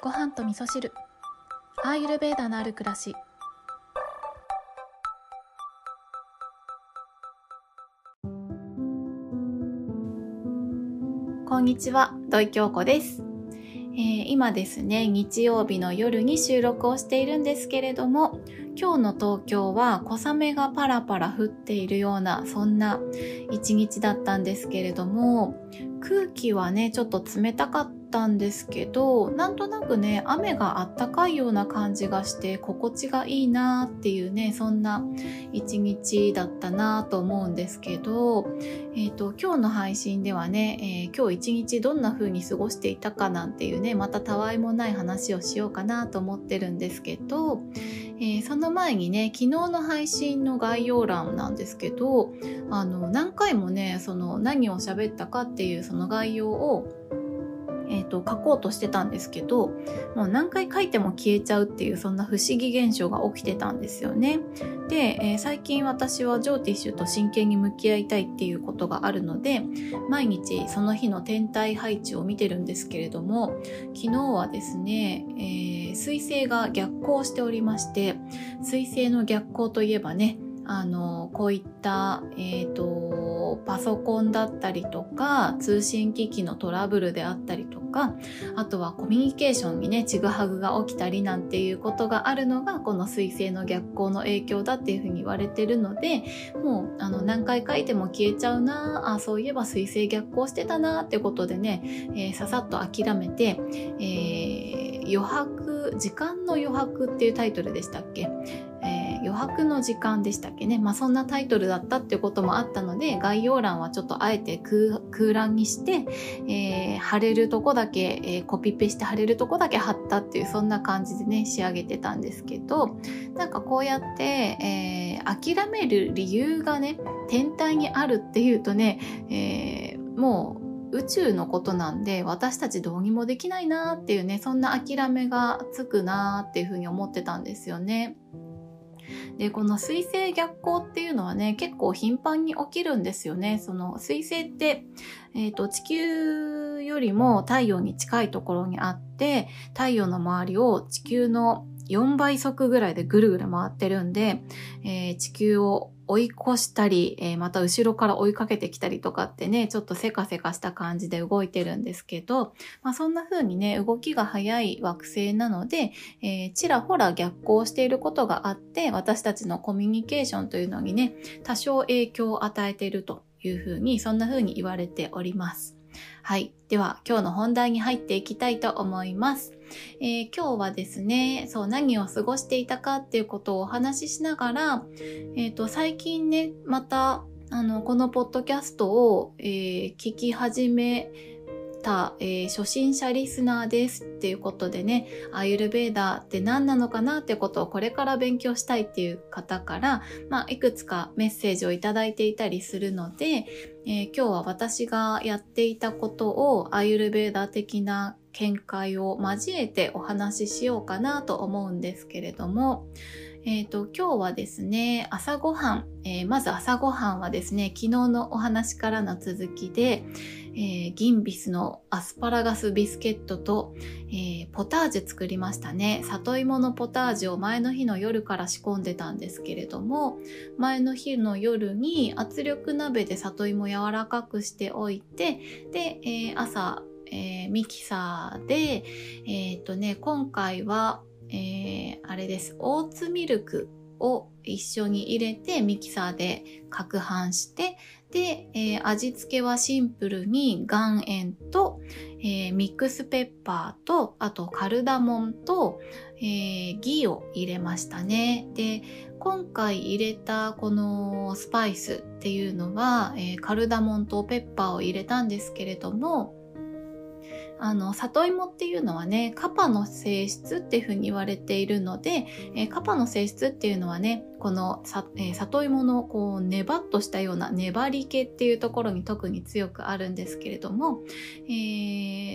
ご飯と味噌汁、アーユルヴェーダのある暮らし。こんにちは、土井京子です。今ですね、日曜日の夜に収録をしているんですけれども、今日の東京は小雨がパラパラ降っているような、そんな一日だったんですけれども、空気はねちょっと冷たかったんですけど、なんとなくね雨があったかいような感じがして心地がいいなっていうね、そんな一日だったなと思うんですけど、今日の配信ではね、今日一日どんな風に過ごしていたかなんていうね、またたわいもない話をしようかなと思ってるんですけど、その前にね、昨日の配信の概要欄なんですけど、何回もねその何を喋ったかっていうその概要を書こうとしてたんですけど、もう何回書いても消えちゃうっていう、そんな不思議現象が起きてたんですよね。で、最近私はジョーティッシュと真剣に向き合いたいっていうことがあるので、毎日その日の天体配置を見てるんですけれども、昨日はですね、水星が逆行しておりまして、水星の逆行といえばね、こういった、パソコンだったりとか通信機器のトラブルであったりとか、あとはコミュニケーションにねちぐはぐが起きたりなんていうことがあるのが、この水星の逆行の影響だっていうふうに言われてるので、もう何回書いても消えちゃうな、そういえば水星逆行してたなってことでね、ささっと諦めて、時間の余白っていうタイトルでしたっけ、余白の時間でしたっけね、そんなタイトルだったっていうこともあったので、概要欄はちょっとあえて空欄にして、貼れるとこだけ、コピペして貼れるとこだけ貼ったっていう、そんな感じでね仕上げてたんですけど、なんかこうやって、諦める理由がね天体にあるっていうとね、もう宇宙のことなんで私たちどうにもできないなっていうね、そんな諦めがつくなっていうふうに思ってたんですよね。で、この水星逆行っていうのはね結構頻繁に起きるんですよね。その水星って、地球よりも太陽に近いところにあって、太陽の周りを地球の4倍速ぐらいでぐるぐる回ってるんで、地球を追い越したり、また後ろから追いかけてきたりとかってね、ちょっとせかせかした感じで動いてるんですけど、そんな風にね動きが速い惑星なので、ちらほら逆行していることがあって、私たちのコミュニケーションというのにね多少影響を与えているという風に、そんな風に言われております。はい。では今日の本題に入っていきたいと思います。今日はですね、何を過ごしていたかっていうことをお話ししながら、最近ねまたこのポッドキャストを、聞き始めた、初心者リスナーですっていうことでね、アーユルヴェーダって何なのかなってことをこれから勉強したいっていう方から、いくつかメッセージをいただいていたりするので、今日は私がやっていたことをアーユルヴェーダ的な見解を交えてお話ししようかなと思うんですけれども、今日はですね、朝ごはん、まず朝ごはんはですね、昨日のお話からの続きで、ギンビスのアスパラガスビスケットと、ポタージュ作りましたね。里芋のポタージュを前の日の夜から仕込んでたんですけれども、前の日の夜に圧力鍋で里芋を柔らかくしておいて、で、朝、ミキサーで、今回はあれです、オーツミルクを一緒に入れてミキサーで攪拌して、で、味付けはシンプルに岩塩と、ミックスペッパーと、あとカルダモンと、ギーを入れましたね。で、今回入れたこのスパイスっていうのは、カルダモンとペッパーを入れたんですけれども、里芋っていうのはねカパの性質っていうふうに言われているので、カパの性質っていうのはね、この里芋のこうネバッとしたような粘り気っていうところに特に強くあるんですけれども、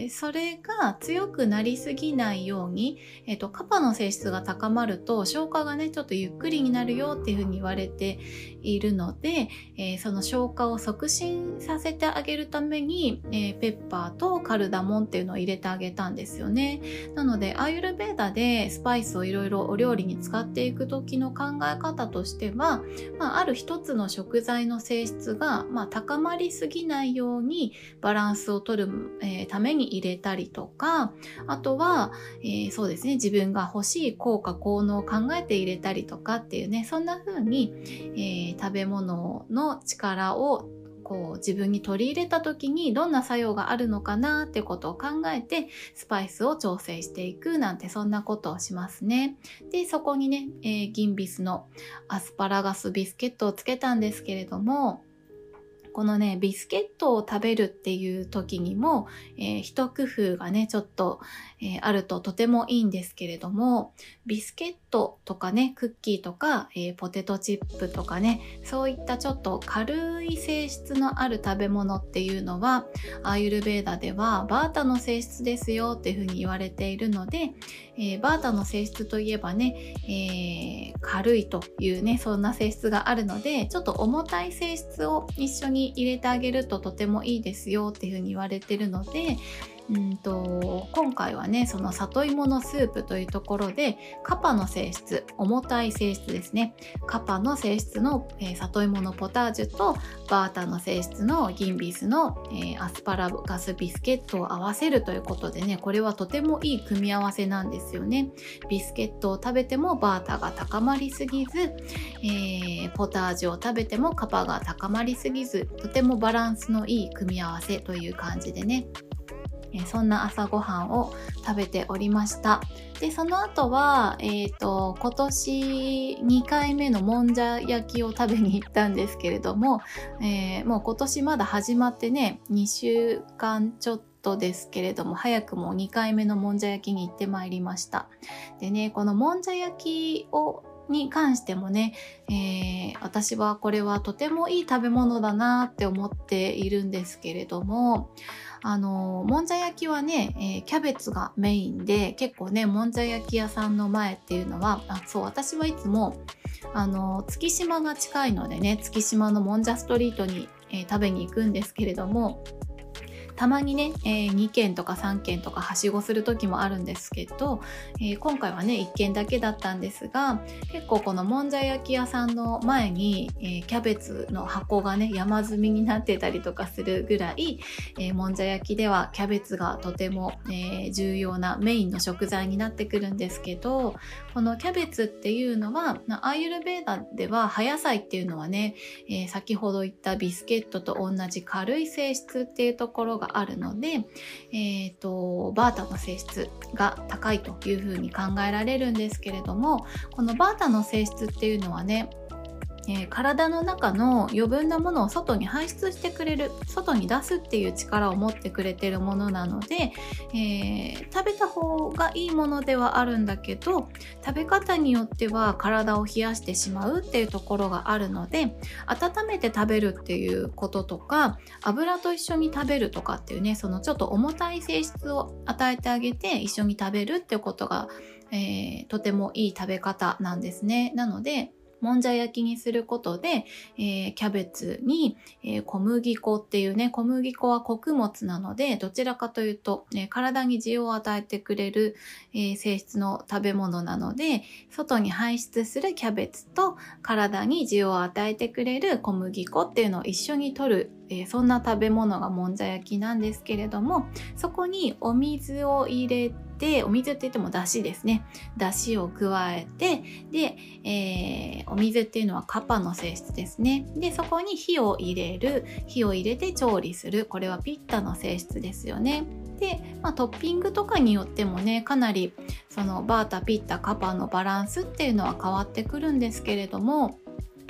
それが強くなりすぎないように、カパの性質が高まると消化がねちょっとゆっくりになるよっていうふうに言われているので、その消化を促進させてあげるために、ペッパーとカルダモンっていうのを入れてあげたんですよね。なのでアーユルヴェーダでスパイスをいろいろお料理に使っていく時の考え方としては、ある一つの食材の性質が、高まりすぎないようにバランスを取る、ために入れたりとか、あとは、そうですね、自分が欲しい効果効能を考えて入れたりとかっていうね、そんな風に、食べ物の力をこう自分に取り入れた時にどんな作用があるのかなってことを考えてスパイスを調整していくなんて、そんなことをしますね。でそこにね、ギンビスのアスパラガスビスケットをつけたんですけれども、このねビスケットを食べるっていう時にも、一工夫がねちょっと、あるととてもいいんですけれども、ビスケットとかねクッキーとか、ポテトチップとかね、そういったちょっと軽い性質のある食べ物っていうのはアーユルヴェーダではバータの性質ですよっていうふうに言われているので、バータの性質といえばね、軽いというねそんな性質があるので、ちょっと重たい性質を一緒に入れてあげるととてもいいですよっていうふうに言われているので、今回はねその里芋のスープというところでカパの性質、重たい性質ですね、カパの性質の、里芋のポタージュとバータの性質のギンビスの、アスパラガスビスケットを合わせるということでね、これはとてもいい組み合わせなんですよね。ビスケットを食べてもバータが高まりすぎず、ポタージュを食べてもカパが高まりすぎず、とてもバランスのいい組み合わせという感じでね、そんな朝ごはんを食べておりました。でその後は、今年2回目のもんじゃ焼きを食べに行ったんですけれども、もう今年まだ始まってね2週間ちょっとですけれども、早くも2回目のもんじゃ焼きに行ってまいりました。でね、このもんじゃ焼きに関してもね、私はこれはとてもいい食べ物だなって思っているんですけれども、もんじゃ焼きはね、キャベツがメインで、結構ねもんじゃ焼き屋さんの前っていうのは、私はいつも月島が近いのでね、月島のもんじゃストリートに、食べに行くんですけれども、たまにね、2軒とか3軒とかはしごする時もあるんですけど、今回はね1軒だけだったんですが、結構このもんじゃ焼き屋さんの前に、キャベツの箱がね山積みになってたりとかするぐらい、もんじゃ焼きではキャベツがとても、重要なメインの食材になってくるんですけど、このキャベツっていうのはアーユルヴェーダでは葉野菜っていうのはね、先ほど言ったビスケットと同じ軽い性質っていうところがあるので、バータの性質が高いというふうに考えられるんですけれども、このバータの性質っていうのはね、体の中の余分なものを外に排出してくれる、外に出すっていう力を持ってくれてるものなので、食べた方がいいものではあるんだけど、食べ方によっては体を冷やしてしまうっていうところがあるので、温めて食べるっていうこととか、油と一緒に食べるとかっていうね、そのちょっと重たい性質を与えてあげて一緒に食べるっていうことが、とてもいい食べ方なんですね。なのでもんじゃ焼きにすることで、キャベツに、小麦粉っていうね、小麦粉は穀物なので、どちらかというと、体に滋養を与えてくれる、性質の食べ物なので、外に排出するキャベツと体に滋養を与えてくれる小麦粉っていうのを一緒に摂る、そんな食べ物がもんじゃ焼きなんですけれども、そこにお水を入れて、お水って言ってもだしですね。だしを加えて、で、お水っていうのはカパの性質ですね。で、そこに火を入れる。火を入れて調理する。これはピッタの性質ですよね。で、トッピングとかによってもね、かなりそのバータ、ピッタ、カパのバランスっていうのは変わってくるんですけれども、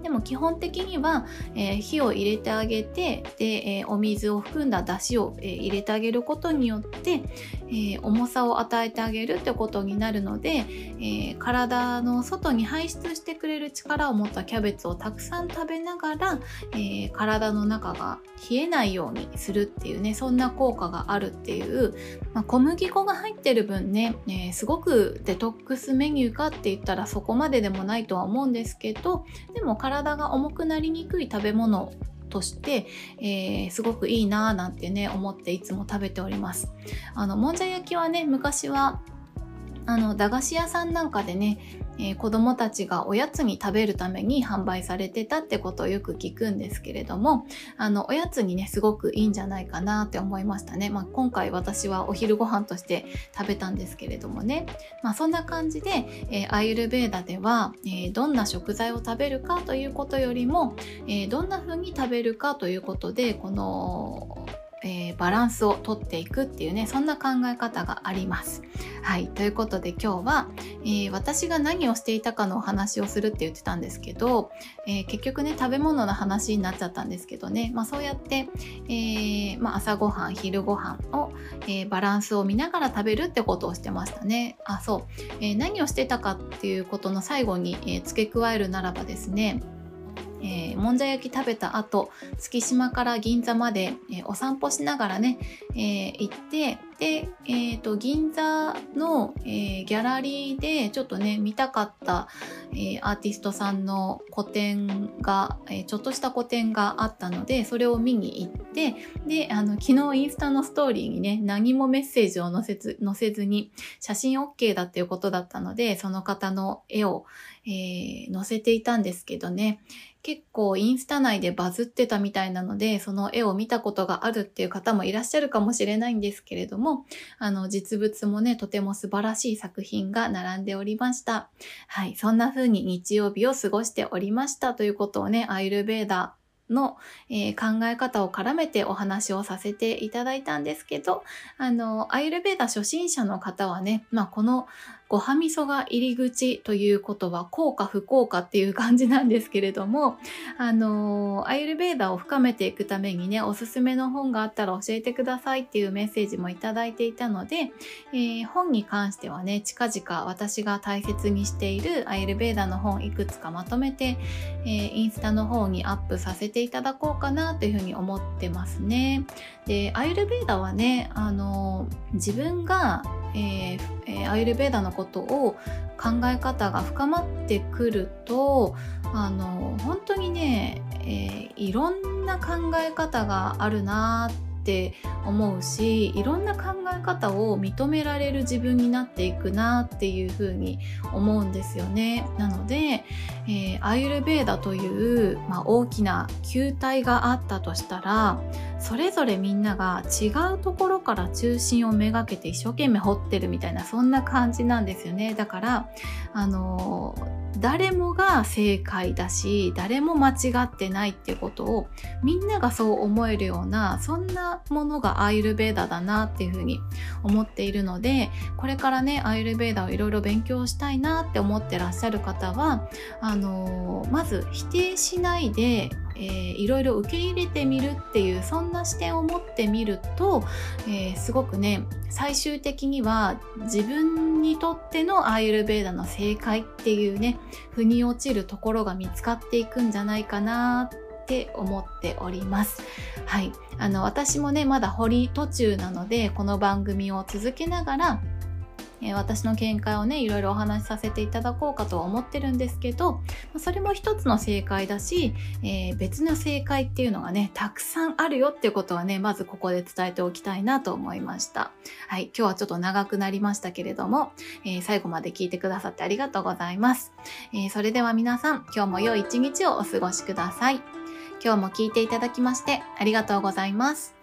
でも基本的には、火を入れてあげて、で、お水を含んだ出汁を、入れてあげることによって、重さを与えてあげるってことになるので、体の外に排出してくれる力を持ったキャベツをたくさん食べながら、体の中が冷えないようにするっていうね、そんな効果があるっていう、小麦粉が入ってる分ね、すごくデトックスメニューかって言ったらそこまででもないとは思うんですけど、でも体が重くなりにくい食べ物として、すごくいいなぁなんてね思っていつも食べております。もんじゃ焼きはね、昔は駄菓子屋さんなんかでね、子供たちがおやつに食べるために販売されてたってことをよく聞くんですけれども、おやつにねすごくいいんじゃないかなって思いましたね。今回私はお昼ご飯として食べたんですけれどもね、そんな感じで、アーユルヴェーダでは、どんな食材を食べるかということよりも、どんな風に食べるかということでこのバランスをとっていくっていうね、そんな考え方があります。はい、ということで今日は、私が何をしていたかのお話をするって言ってたんですけど、結局ね食べ物の話になっちゃったんですけどね、そうやって、朝ごはん昼ごはんを、バランスを見ながら食べるってことをしてましたね。何をしてたかっていうことの最後に、付け加えるならばですね、もんじゃ焼き食べた後、月島から銀座まで、お散歩しながらね、行って、で、銀座の、ギャラリーでちょっとね見たかった、アーティストさんの個展が、ちょっとした個展があったので、それを見に行って、で、昨日インスタのストーリーにね何もメッセージを載せずに写真 OK だっていうことだったので、その方の絵を、載せていたんですけどね、結構インスタ内でバズってたみたいなので、その絵を見たことがあるっていう方もいらっしゃるかもしれないんですけれども、実物もねとても素晴らしい作品が並んでおりました。はい、そんな風に日曜日を過ごしておりましたということをね、アーユルヴェーダの、考え方を絡めてお話をさせていただいたんですけど、アーユルヴェーダ初心者の方はね、このごはみそが入り口ということは効か不効かっていう感じなんですけれども、アーユルヴェーダを深めていくためにね、おすすめの本があったら教えてくださいっていうメッセージもいただいていたので、本に関してはね、近々私が大切にしているアーユルヴェーダの本いくつかまとめて、インスタの方にアップさせていただこうかなというふうに思ってますね。で、アーユルヴェーダはね、自分がアーユルヴェーダのことを考え方が深まってくると、本当にね、いろんな考え方があるなって思うし、いろんな考え方を認められる自分になっていくなっていうふうに思うんですよね。なので、アーユルヴェーダという、大きな球体があったとしたら、それぞれみんなが違うところから中心をめがけて一生懸命掘ってるみたいな、そんな感じなんですよね。だから誰もが正解だし、誰も間違ってないっていうことをみんながそう思えるような、そんなものがアーユルヴェーダだなっていうふうに思っているので、これからねアーユルヴェーダをいろいろ勉強したいなって思ってらっしゃる方は、まず否定しないでいろいろ受け入れてみるっていう、そんな視点を持ってみると、すごくね最終的には自分にとってのアーユルヴェーダの正解っていうね腑に落ちるところが見つかっていくんじゃないかなって思っております。はい、私もねまだ掘り途中なので、この番組を続けながら私の見解をねいろいろお話しさせていただこうかとは思ってるんですけど、それも一つの正解だし、別の正解っていうのがねたくさんあるよっていうことはね、まずここで伝えておきたいなと思いました。はい、今日はちょっと長くなりましたけれども、最後まで聞いてくださってありがとうございます。それでは皆さん、今日も良い一日をお過ごしください。今日も聞いていただきましてありがとうございます。